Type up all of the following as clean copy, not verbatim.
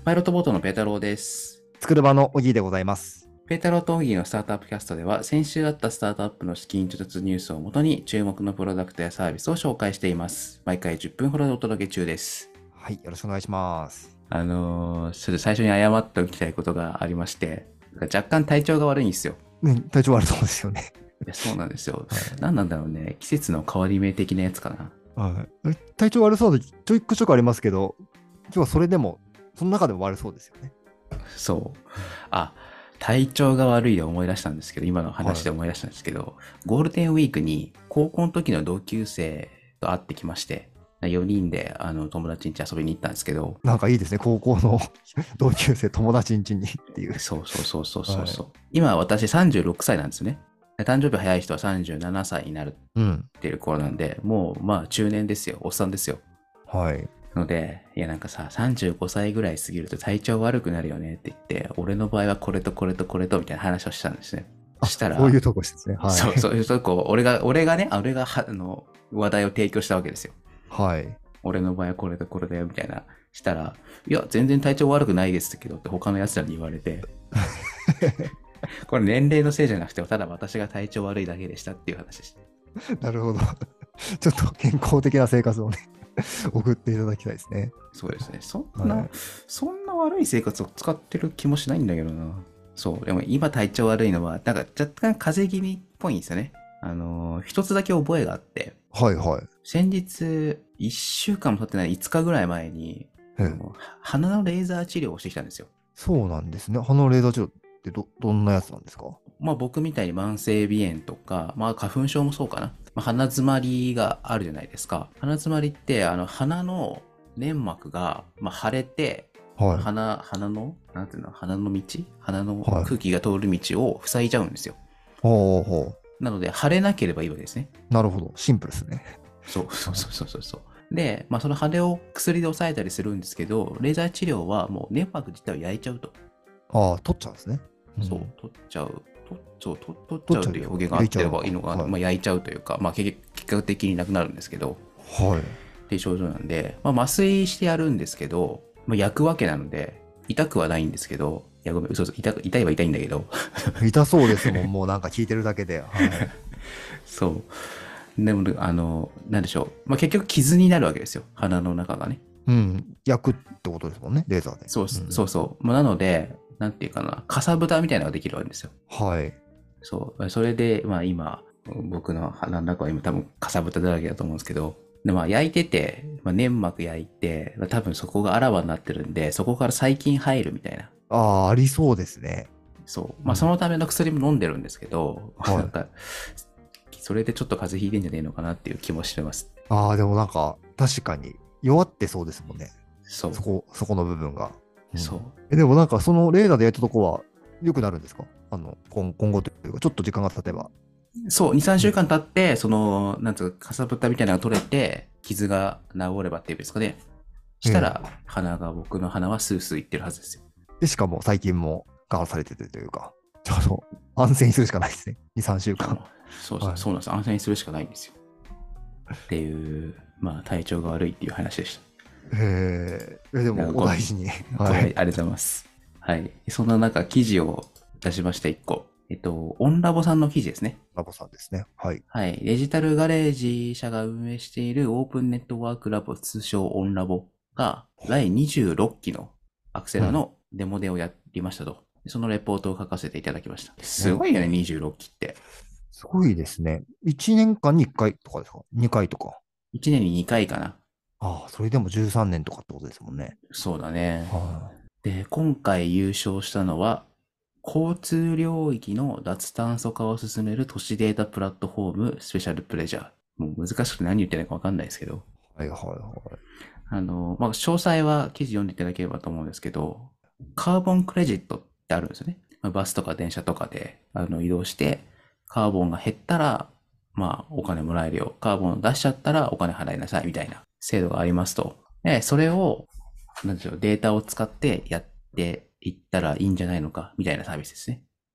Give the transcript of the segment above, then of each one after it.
パイロットボートのペータローです。 作る場の小木でございます。 ペータローとオギーのスタートアップキャストでは、先週あったスタートアップの資金調達ニュースをもとに、注目のプロダクトやサービスを紹介しています。毎回10分ほどでお届け中です。 はい、よろしくお願いします。 ちょっと最初に謝っておきたいことがありまして、若干体調が悪いんですよ。 ね、体調悪そうですよね。 いや、そうなんですよ。 はい。 何なんだろうね。季節の変わり目的なやつかな。 はい、体調悪そうでちょいくちょくありますけど、今日はそれでも、その中でも悪そうですよね。 そう。あ、体調が悪いで思い出したんですけど、今の話では思い出したんですけど、ゴールデンウィークに高校の時の同級生と会ってきまして、4人で友達ん家遊びに行ったんですけど、 い。なんかいいですね。高校の同級生、友達ん家にっていう。 そうそうそうそうそうはい。 そう。今私36歳なんですよね。で誕生日早い人は37歳になるうん。 っていう頃なんで、もうまあ中年ですよ。おっさんですよ。 はい。 ので、いやなんかさ、35歳ぐらい過ぎると体調悪くなるよねって言って、俺の場合はこれとこれとこれとみたいな話をしたんですね。 あ、 したら、 そういうとこですね。はい。 そういうとこ、俺が話題を提供したわけですよ。 はい。 俺の場合はこれとこれだよみたいな。したら、いや、全然体調悪くないですけどって他の奴らに言われて、これ年齢のせいじゃなくて、ただ私が体調悪いだけでしたっていう話でした。 なるほど。ちょっと健康的な生活をね、送っていただきたいですね。 そうですね。 はい。 そんな悪い生活を使ってる気もしないんだけどな。そう。でも今体調悪いのは、なんか若干風邪気味っぽいんですよね。一つだけ覚えがあって、 はいはい。 先日、1週間も経ってない5日ぐらい前に、 ええ、 鼻のレーザー治療をしてきたんですよ。 そうなんですね。鼻のレーザー治療ってどんなやつなんですか？ まあ僕みたいに慢性鼻炎とか、まあ花粉症もそうかな。まあ、鼻詰まりがあるじゃないですか。鼻詰まりって、鼻の粘膜が、まあ、腫れて、 はい。 鼻の、なんていうの、鼻の道鼻のはい。 空気が通る道を塞いじゃうんですよ。 ほうほなので、腫れなければいいわけですね。 う。なるほど。シンプルですね。 そうはい。 そうそうそうそう。で、まあその腫れを薬で抑えたりするんですけど、レーザー治療はもう粘膜自体を焼いちゃうと。 ああ、取っちゃうんですね。うそう、 ん。 取っちゃう。取っちゃうという取っちゃうよ。 表現が合って焼いちゃうのか。 ればいいのか、 はい。 まあ焼いちゃうというか、まあ結果的になくなるんですけど、 はい。 っていう症状なんで、まあ麻酔してやるんですけど、まあ焼くわけなので、痛くはないんですけど、いやごめん、嘘嘘、痛いは痛いんだけど、 痛そうですもん。もうなんか聞いてるだけで。はい。 そう。でも、なんでしょう。まあ結局傷になるわけですよ。鼻の中がね。 うん。焼くってことですもんね。レーザーで。 そううん。 そうそう。まあなので、なんていうかな、かさぶたみたいなのができるわけですよ。 はい。 そう。それで、まあ今、僕の鼻の中は今多分かさぶただらけだと思うんですけど、でまあ焼いてて、まあ、粘膜焼いて、まあ、多分そこがあらわになってるんで、そこから細菌入るみたいな。 ああ、ありそうですね。 そう。まあそうん。 のための薬も飲んでるんですけど、なはい。 んか、それでちょっと風邪ひいてんじゃねえのかなっていう気もしてます。 ああ、でもなんか、確かに弱ってそうですもんね。 そう。 そこの部分が。うん。 そう。 でもなんか、そのレーザーで焼いたとこは良くなるんですか？今後というか、ちょっと時間が経てば。 そう、2、3 うん。 週間経って、なんつうか、かさぶたみたいなのが取れて、傷が治ればっていうんですかね。したら、 ええ。 僕の鼻はスースーいってるはずですよ。 で、しかも最近も我慢されててというか、ちょっと安静にするしかないですね。2、3週間。はい。 そうなんです。安静にするしかないんですよ。っていう、まあ、体調が悪いっていう話でしでた。 もお大事に。 これ、ありはい。 がとうございます。はい。そんな中、記事を出しました、1個。オンラボさんの記事ですね。 ラボさんですね。はい。 はい。デジタルガレージ社が運営しているオープンネットワークラボ、通称オンラボが、第26期のアクセうん。 ラのデモデをやりましたと。そのレポートを書かせていただきました。すね。 ごいよね、26期って。 すごいですね。1年間に1回とかですか？ 2 回とか。 1年に2回かな。 ああ、それでも13年とかってことですもんね。 そうだね。 はで、今回優勝したのは、交通領域の脱炭素化を進める都市データプラットフォームスペシャルプレジャー。もう難しくて何言ってるのかわかんないですけど。 い。はいはいはい。 まあ、詳細は記事読んでいただければと思うんですけど、カーボンクレジットってあるんですよね。まあバスとか電車とかで、移動して、カーボンが減ったら、まあ、お金もらえるよ。カーボンを出しちゃったらお金払いなさい、みたいな制度がありますと。で、それを、なんでしょう、データを使ってやっていったらいいんじゃないのか、みたいなサービスですね。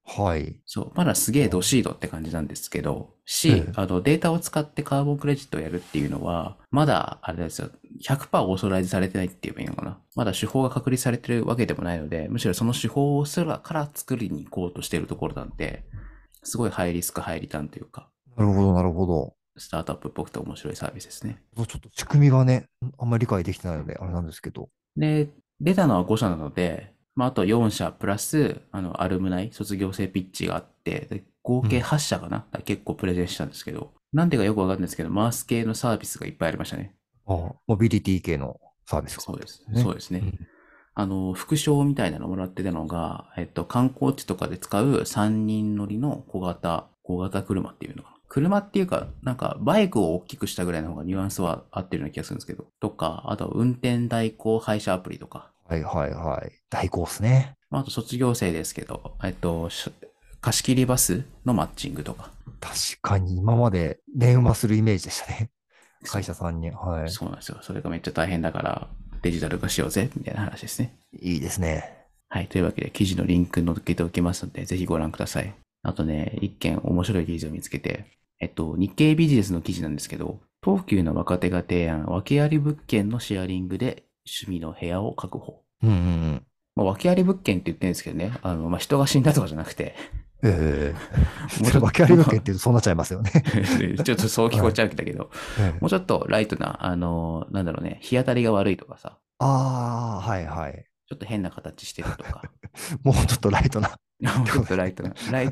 はい。 そう、まだすげえドシードって感じなんですけど、 ええデータを使ってカーボンクレジットをやるっていうのは、まだ、あれですよ、100%オーソライズされてないって言えばいいのかな。まだ手法が確立されてるわけでもないので、むしろその手法すらから作りに行こうとしているところなんで、すごいハイリスク、ハイリターンというか、 なるほど、なるほど。 スタートアップっぽくて面白いサービスですね。 ちょっと仕組みがね、あんまり理解できてないので、あれなんですけど。 で、出たのは5社なので、まあ、あと4社プラス、アルムナイ、卒業生ピッチがあって、で合計うん。 8社かな結構プレゼンしたんですけど、なんでかよくわかんないですけど、マース系のサービスがいっぱいありましたね。 モビリティ系のサービスがってこそうです。 とね。 そうですね。 うん。 副賞みたいなのもらってたのが、観光地とかで使う3人乗りの小型車っていうのかな。車っていうか、なんかバイクを大きくしたぐらいの方がニュアンスは合ってるような気がするんですけど。とか、あと運転代行配車アプリとか。 はいはいはい。大コースね。 まあ、あと卒業生ですけど、貸し切りバスのマッチングとか。 確かに今まで電話するイメージでしたね。 そう。 会社さんに。はい。 そうなんですよ。それがめっちゃ大変だから、デジタル化しようぜ、みたいな話ですね。 いいですね。 はい。というわけで、記事のリンク載っけておきますので、ぜひご覧ください。あとね、一件面白い記事を見つけて、日経ビジネスの記事なんですけど、東急の若手が提案、訳あり物件のシェアリングで趣味の部屋を確保。 うんうんうん。 まあ、訳あり物件って言ってるんですけどね、まあ、人が死んだとかじゃなくて、 えもうえちょっと、 訳あり物件って言うとそうなっちゃいますよね。 ちょっとそう聞こえはい。 ちゃうんだけど、 ええもうちょっとライトな、なんだろうね、日当たりが悪いとかさ、 ああ、はいはい。 ちょっと変な形してるとか、 もうちょっとライトなっもうちょってことですね。 と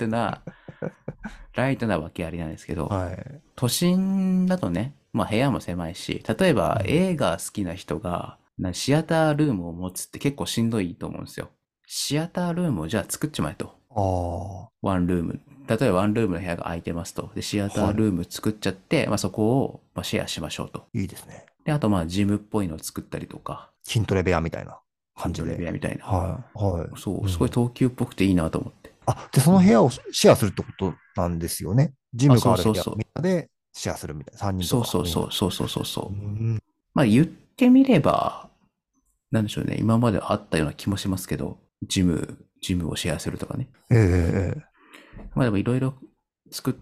ライトな訳ありなんですけど、 はい。 都心だとね、まあ部屋も狭いし、例えばうん。 映画好きな人がシアタールームを持つって結構しんどいと思うんですよ。シアタールームをじゃあ作っちまえと。 あワンルーム。例えばワンルームの部屋が空いてますと。で、シアあ、 ターはルーム作っちゃって、まあそこをシェアしましょうと。 い。いいですね。 で、あとまあジムっぽいのを作ったりとか、 筋トレ部屋みたいな感筋トレ部じで。 屋みたいな。 はい。はい。 そう、すごいうん。 東急っぽくていいなと思って。 あ、で、その部屋をシェアするってことなんですよね。ジあ、 ムがそうある部屋みんそうそう。 なでシェアするみたいな。3人とそうか4人。 そうそう、そうそうそううそう。 ん。 まあ言ってみれば、なんでしょうね。今まであったような気もしますけど、ジムをシェアするとかね。 ええええまあでもいろいろ作って、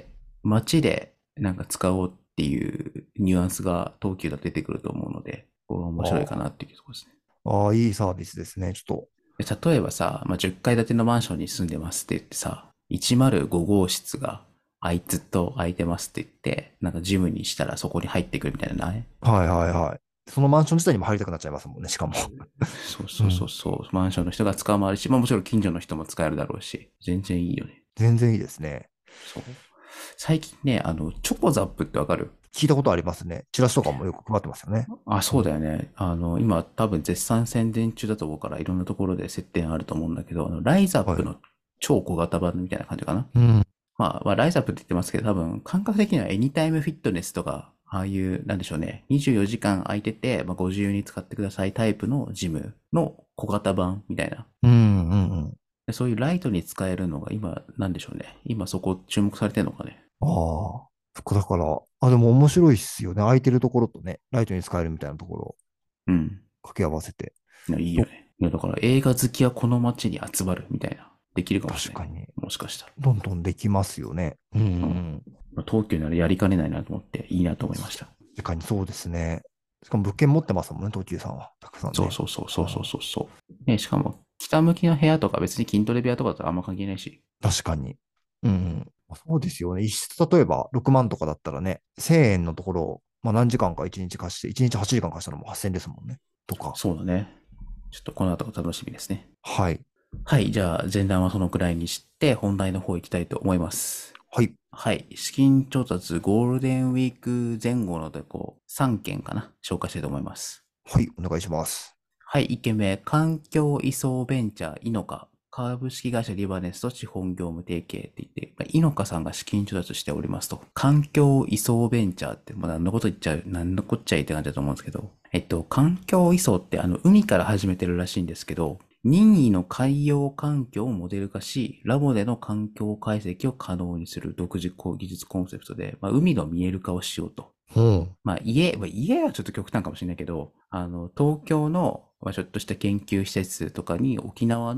街でなんか使おうっていうニュアンスが東急だと出てくると思うので、これは面白いかなっていうところですね。 ああ、いいサービスですね。ちょっで例えばさ、まあ、10階建てのマンションに住んでますって言ってさ、105号室があいつと空いてますって言って、なんかジムにしたらそこに入ってくるみたいなね。 と。はいはいはい。そのマンション自体にも入りたくなっちゃいますもんね、しかも。 そうそうそううん。 そう。マンションの人が使うもあるし、まあもちろん近所の人も使えるだろうし、全然いいよね。 全然いいですね。 そう。最近ね、チョコザップってわかる？ 聞いたことありますね。チラシとかもよく配ってますよね。 あ、 うん。 そうだよね。今多分絶賛宣伝中だと思うからいろんなところで接点あると思うんだけど、ライザッはい。 プの超小型版みたいな感じかな。 うん。 ライザップって言ってますけど、多分感覚的にはエニタイムフィットネスとか、ああいう、なんでしょうね。24時間空いてて、まあ、ご自由に使ってくださいタイプのジムの小型版みたいな。 うん、うん、うん。 でそういうライトに使えるのが今、なんでしょうね。今そこ注目されてるのかね。 ああ、そこだから、でも面白いっすよね。空いてるところとね、ライトに使えるみたいなところをうん。 掛け合わせて。 いやいいよと、 ね。いや、だから映画好きはこの街に集まるみたいな。できるかもしれない。 確かに、 もしかしたら。 どんどんできますよね。うん、ううん。 ん。 東急ならやりかねないなと思って、いいなと思いました。 確かにそうですね。しかも物件持ってますもんね、東急さんは。たくさんね。 そうそうそうそうそうはそうそう。ね、しかも、北向きの部屋とか別に筋トレ部屋とかだとあんま関係ないし。 確かに。うん、うん。そうですよね。一室例えば6万とかだったらね、1000円のところを、まあ何時間か1日貸して、1日8時間貸したらもう8000円ですもんね。とか。 そうだね。ちょっとこの後が楽しみですね。 はい。 はい、じゃあ前段はそのくらいにして、本題の方行きたいと思います。 はい。 はい、資金調達ゴールデンウィーク前後のとこ3件かな、紹介したいと思います。 はい。お願いします。 はい、1件目、環境移送ベンチャーイノカ。株式会社リバネスと資本業務提携って言って、イノカさんが資金調達しておりますと。環境移送ベンチャーって、もう何のこと言っちゃう、何のこっちゃいって感じだと思うんですけど、環境移送って海から始めてるらしいんですけど、任意の海洋環境をモデル化し、ラボでの環境解析を可能にする独自技術コンセプトで、海の見える化をしようと。 うん。 家はちょっと極端かもしれないけど、東京の、ちょっとした研究施設とかに沖縄の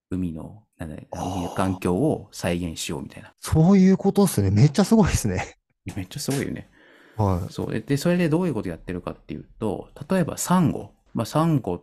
海の、なんだね、海の環ああ、 境を再現しようみたいな。 そういうことですね。めっちゃすごいですね。 めっちゃすごいよね。 はそう。で、それでどういうことやってるかっていうと、例えばサンゴ。まあ、サンゴって、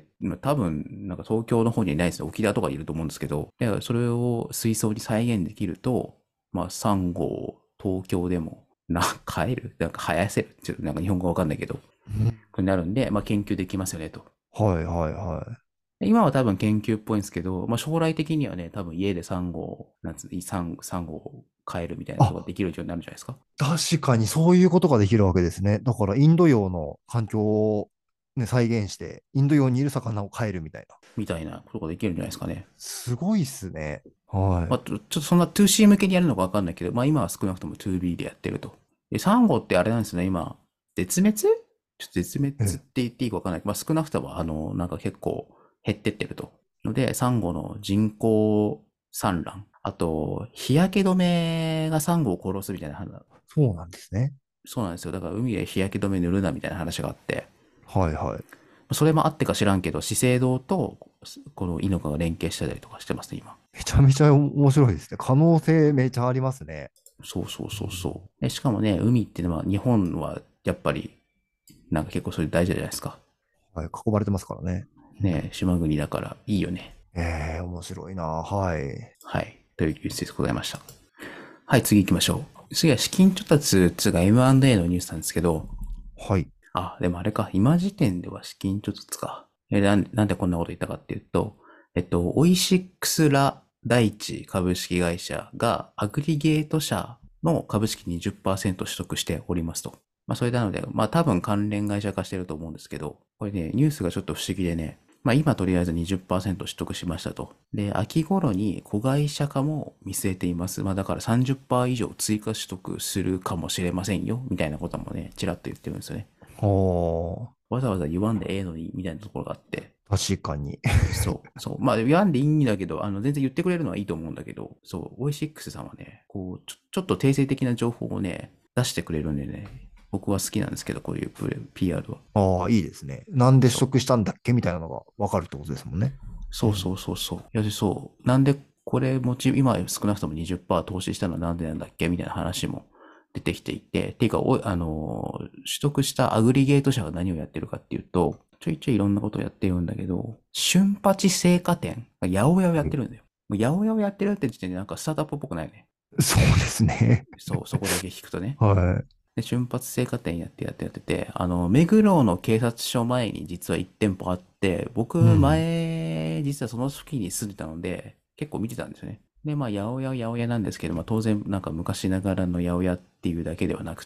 まあ、多分、なんか東京の方にはいないですね。沖縄とかいると思うんですけど、でそれを水槽に再現できると、まあ、サンゴを東京でも、飼えるなんか生やせるちょっとなんか日本語わかんないけど、 い。うん、 これになるんで、まあ、研究できますよねと。 はいはいは今は多分研究っぽいんですけど、まあ、将来的にはね、多分家でサンゴを飼えるみたいない。 ことがあ、 できるようになるんじゃないですか。 確かにそういうことができるわけですね。だからインド洋の環境を、ね、再現して、インド洋にいる魚を飼えるみたいな。 みたいなことができるんじゃないですかね。 すごいっすね。はまあ、ちょっとそんな 2C 向けにやるのかわかんないけど、まあ今は少なくとも 2B でやってると。で、サンゴってあれなんですね、今、絶滅ちょっと絶滅っい。 て言っていいかわかんない。まあ少なくともなんか結構減ってってると。ので、サンゴの人工産卵。あと、日焼け止めがサンゴを殺すみたいな話。 そうなんですね。 そうなんですよ。だから海で日焼け止め塗るなみたいな話があって、 はいはい。 それもあってか知らんけど、資生堂とこのイノカが連携してたりとかしてますね、今。 めちゃめちゃ面白いですね。可能性めちゃありますね。 そうそうそううん、 そう。しかもね、海ってのは日本はやっぱりなんか結構それ大事じゃないですか。 はい、囲まれてますからね。うん、 ね、島国だからいいよね。 面白いな。はい。 はい。というニュースでございました。はい、次行きましょう。次は資金調達つうか M&A のニュースなんですけど、 はい。 あ、でもあれか、今時点では資金調達か。なんでこんなこと言ったかっていうと、オイシックスラ大地株式会社がアグリゲート社の株式20%取得しておりますと。まあそれなので、まあ多分関連会社化してると思うんですけど、これね、ニュースがちょっと不思議でね、まあ今とりあえず20%取得しましたと。で、秋頃に子会社化も見据えています。まあだから30%以上追加取得するかもしれませんよ、みたいなこともね、ちらっと言ってるんですよね。 おー、 わざわざ言わんでええのに、みたいなところがあって。 確かに。 そう、そう。まあ、言わんでいいんだけど、全然言ってくれるのはいいと思うんだけど、そう、オイシックスさんはね、こう、ちょっと定性的な情報をね、出してくれるんでね、僕は好きなんですけど、こういうPR は。 ああ、いいですね。なんで取そう。 得したんだっけみたいなのがわかるってことですもんね。うん。 そうそうそうそう。いや、で、そう。なんで、これ今少なくとも20%投資したのはなんでなんだっけみたいな話も出てきていて、っていうか、取得したアグリゲート社が何をやってるかっていうと、ちょいちょいいろんなことをやってるんだけど、瞬八青果店、八百屋をやってるんだよ。もう八百屋をやってるって時点でなんかスタートアップっぽくないよね。 そうですね。 そう、そこだけ聞くとね。 はで、瞬発青果店やってて、目黒の警察署前に実は1店舗あって、僕い。うん。 実はその時に住んでたので、結構見てたんですよね。で、まあ、八百屋なんですけど、まあ、当然、なんか昔ながらの八百屋っていうだけではなくって、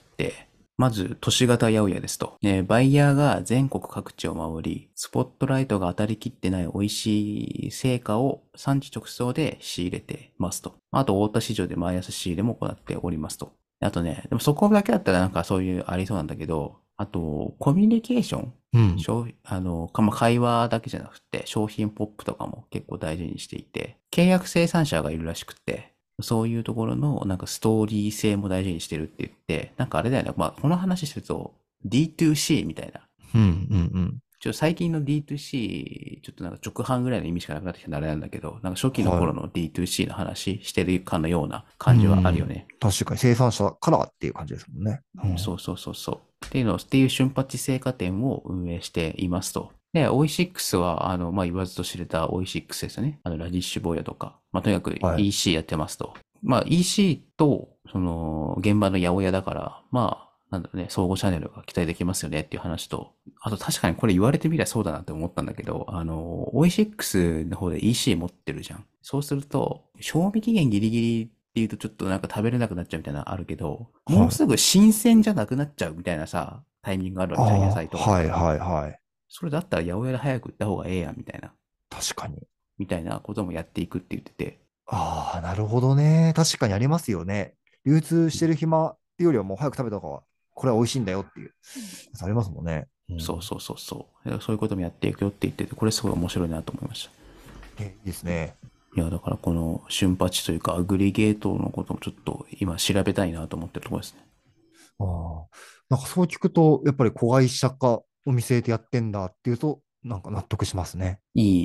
まず、都市型八百屋ですと。バイヤーが全国各地を回り、スポットライトが当たりきってない美味しい成果を産地直送で仕入れてますと。あと、大田市場で毎朝仕入れも行っておりますと。あとね、でもそこだけだったらなんかそういうありそうなんだけど、あと、コミュニケーションうん。 商品、まあ会話だけじゃなくて、商品ポップとかも結構大事にしていて、契約生産者がいるらしくて、そういうところのなんかストーリー性も大事にしてるって言って、なんかあれだよね、まあこの話すると D2C みたいな、 うん。うん。 最近の D2C、ちょっとなんか直販ぐらいの意味しかなくなってきたのあれなんだけど、なんか初期の頃はの D2C の話してるかのようない。う感じはあるよん。 ね。 確かに生産者からっていう感じですもんね。うん。 そうそうそうそう。っていう瞬発青果店を運営していますと。で、オイシックスは、まあ、言わずと知れたオイシックスですよね。ラディッシュ坊やとか。まあ、とにかくはい。 EC やってますと。まあ、EC と、現場の八百屋だから、まあ、なんだろうね、相互チャンネルが期待できますよねっていう話と、あと確かにこれ言われてみりゃそうだなって思ったんだけど、オイシックスの方で EC 持ってるじゃん。そうすると、賞味期限ギリギリっていうとちょっとなんか食べれなくなっちゃうみたいなのあるけど、もうはい。 すぐ新鮮じゃなくなっちゃうみたいなさ、タイミングあるわあけじゃん、野菜あ、 とかが。 はいはいはい。 それだったら八百屋で早く売った方がええやん、 確かに。 みたいなこともやっていくって言ってて、 ああ、なるほどね。確かにありますよね。流通してる暇っていうよりはもう早く食べた方が、これは美味しいんだよっていうやつありますもんね。うん。 そうそうそうそう。そういうこともやっていくよって言ってて、これすごい面白いなと思いました。 いいですね。 いや、だからこの瞬発というかアグリゲートのこともちょっと今調べたいなと思ってるところですね。 ああ。なんかそう聞くと、やっぱり子会社化を見据えてやってんだっていうと、なんか納得しますね。 いい。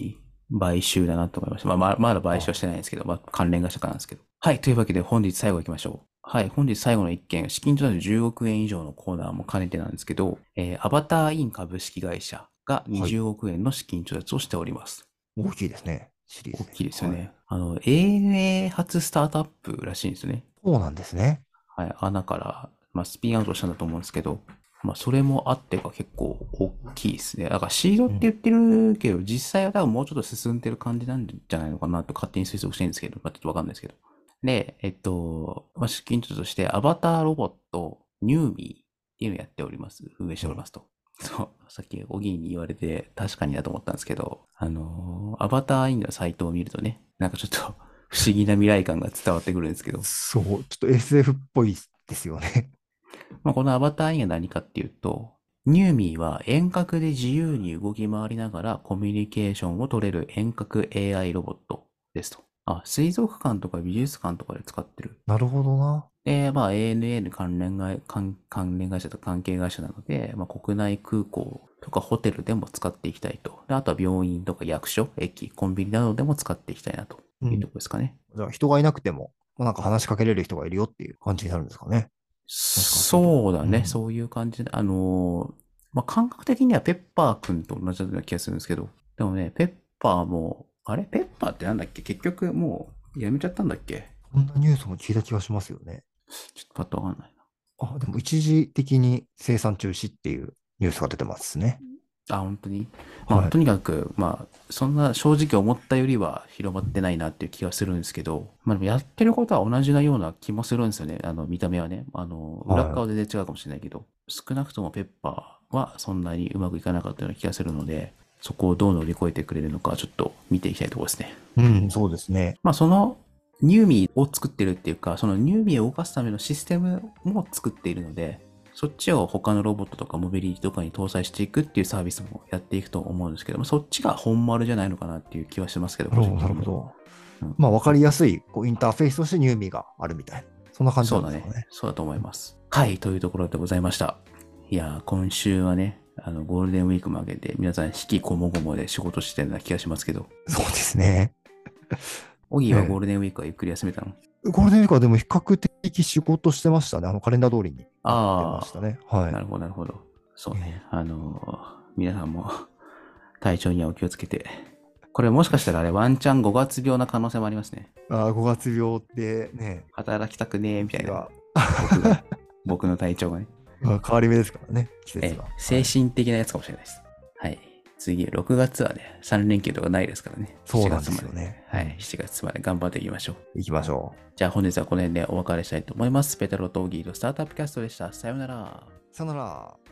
買収だなと思いました。まだ買収はしてないんですけど、関連会社からなんですけど。はい。というわけで本日最後行きましょう。はい。本日最後の一件、資金調達10億円以上のコーナーも兼ねてなんですけど、アバターイン株式会社がはい。 20億円の資金調達をしております。 大きいですね。シリーズで。 大きいですよはい。 ね。ANA 初スタートアップらしいんですよね。 そうなんですね。 はい。穴から、スピンアウトしたんだと思うんですけど、それもあってか結構大きいですね。だからシードって言ってるけど、実際は多分もうちょっと進んでる感じなんじゃないのかなと勝手に推測してるんですけど、ちょっとわかんないですけど。で、資金調としてアバターロボット、ニューミーっていうのをやっております。運営しておりますと。そう、さっきおぎーに言われて確かにだと思ったんですけど、アバターインのサイトを見るとね、なんかちょっと不思議な未来感が伝わってくるんですけど、 そう。ちょっと SF っぽいですよね。 このアバターインが何かっていうと、ニューミーは遠隔で自由に動き回りながらコミュニケーションを取れる遠隔 AI ロボットですと。水族館とか美術館とかで使ってる。 なるほどな。 で、ANA 関連会社と関係会社なので、国内空港とかホテルでも使っていきたいと。で、あとは病院とか役所、駅、コンビニなどでも使っていきたいなというところですかね。 じゃあ人がいなくても、なんか話しかけれる人がいるよっていう感じになるんですかね。もしかすると。 そうだね。そういう感じで。感覚的にはペッパーくんと同じような気がするんですけど。でもね、ペッパーも、あれペッパーってなんだっけ結局もうやめちゃったんだっけ？ こんなニュースも聞いた気がしますよね。 ちょっとパッとわかんないでも一時的に生産中止っていうニュースが出てますね。 な。本当に。 はい。 とにかく、そんな正直思ったよりは広まってないなっていう気がするんですけど、でもやってることは同じなような気もするんですよね。見た目はね。裏側はは全然違うかもしれないけど、少なくともペッパーはそんなにうまくいかなかったような気がするので、そこをどう乗り越えてくれるのか、ちょっと見ていきたいところですね。 い。そうですね。 そのニューミーを作ってるっていうか、そのニューミーを動かすためのシステムも作っているので、そっちを他のロボットとかモビリティとかに搭載していくっていうサービスもやっていくと思うんですけども、そっちが本丸じゃないのかなっていう気はしますけど、 なるほど、 個人的には。 なるほど。わかりやすいインターフェースとしてニューミーがあるみたいな。そんな感じそうだね。 なんですかね。 そうだと思います。はい、というところでございました。いやー、今週はね、ゴールデンウィークも明けて、皆さん引きこもごもで仕事してるような気がしますけど、 そうですね。 オギーはゴーえルデンウィークはゆっくり休めたの？ ゴールデンウィークはでも比較的仕事してましたね。カレンダー通りにやってましたあね。はあ、 い。 なるほど、なるほど。そうね。皆さんも体調にはお気をつけて。これもしかしたらあれワンチャン5月病な可能性もありますね。 5月病ってね、 働きたくねえみたいな。 気が僕が、僕の体調がね。 変わり目ですからね、季節が。 精神的なやつかもしれないです。はい。次、6月はね、3連休とかないですからね。7 そうなんで月まで。 すよね。 はい。7月まで頑張っていきましょう。 行きましょじゃあ本日はこの辺でお別れしたいと思います。ペタロとオギーとスタートアップキャストでした。さようなら。 う。さよなら。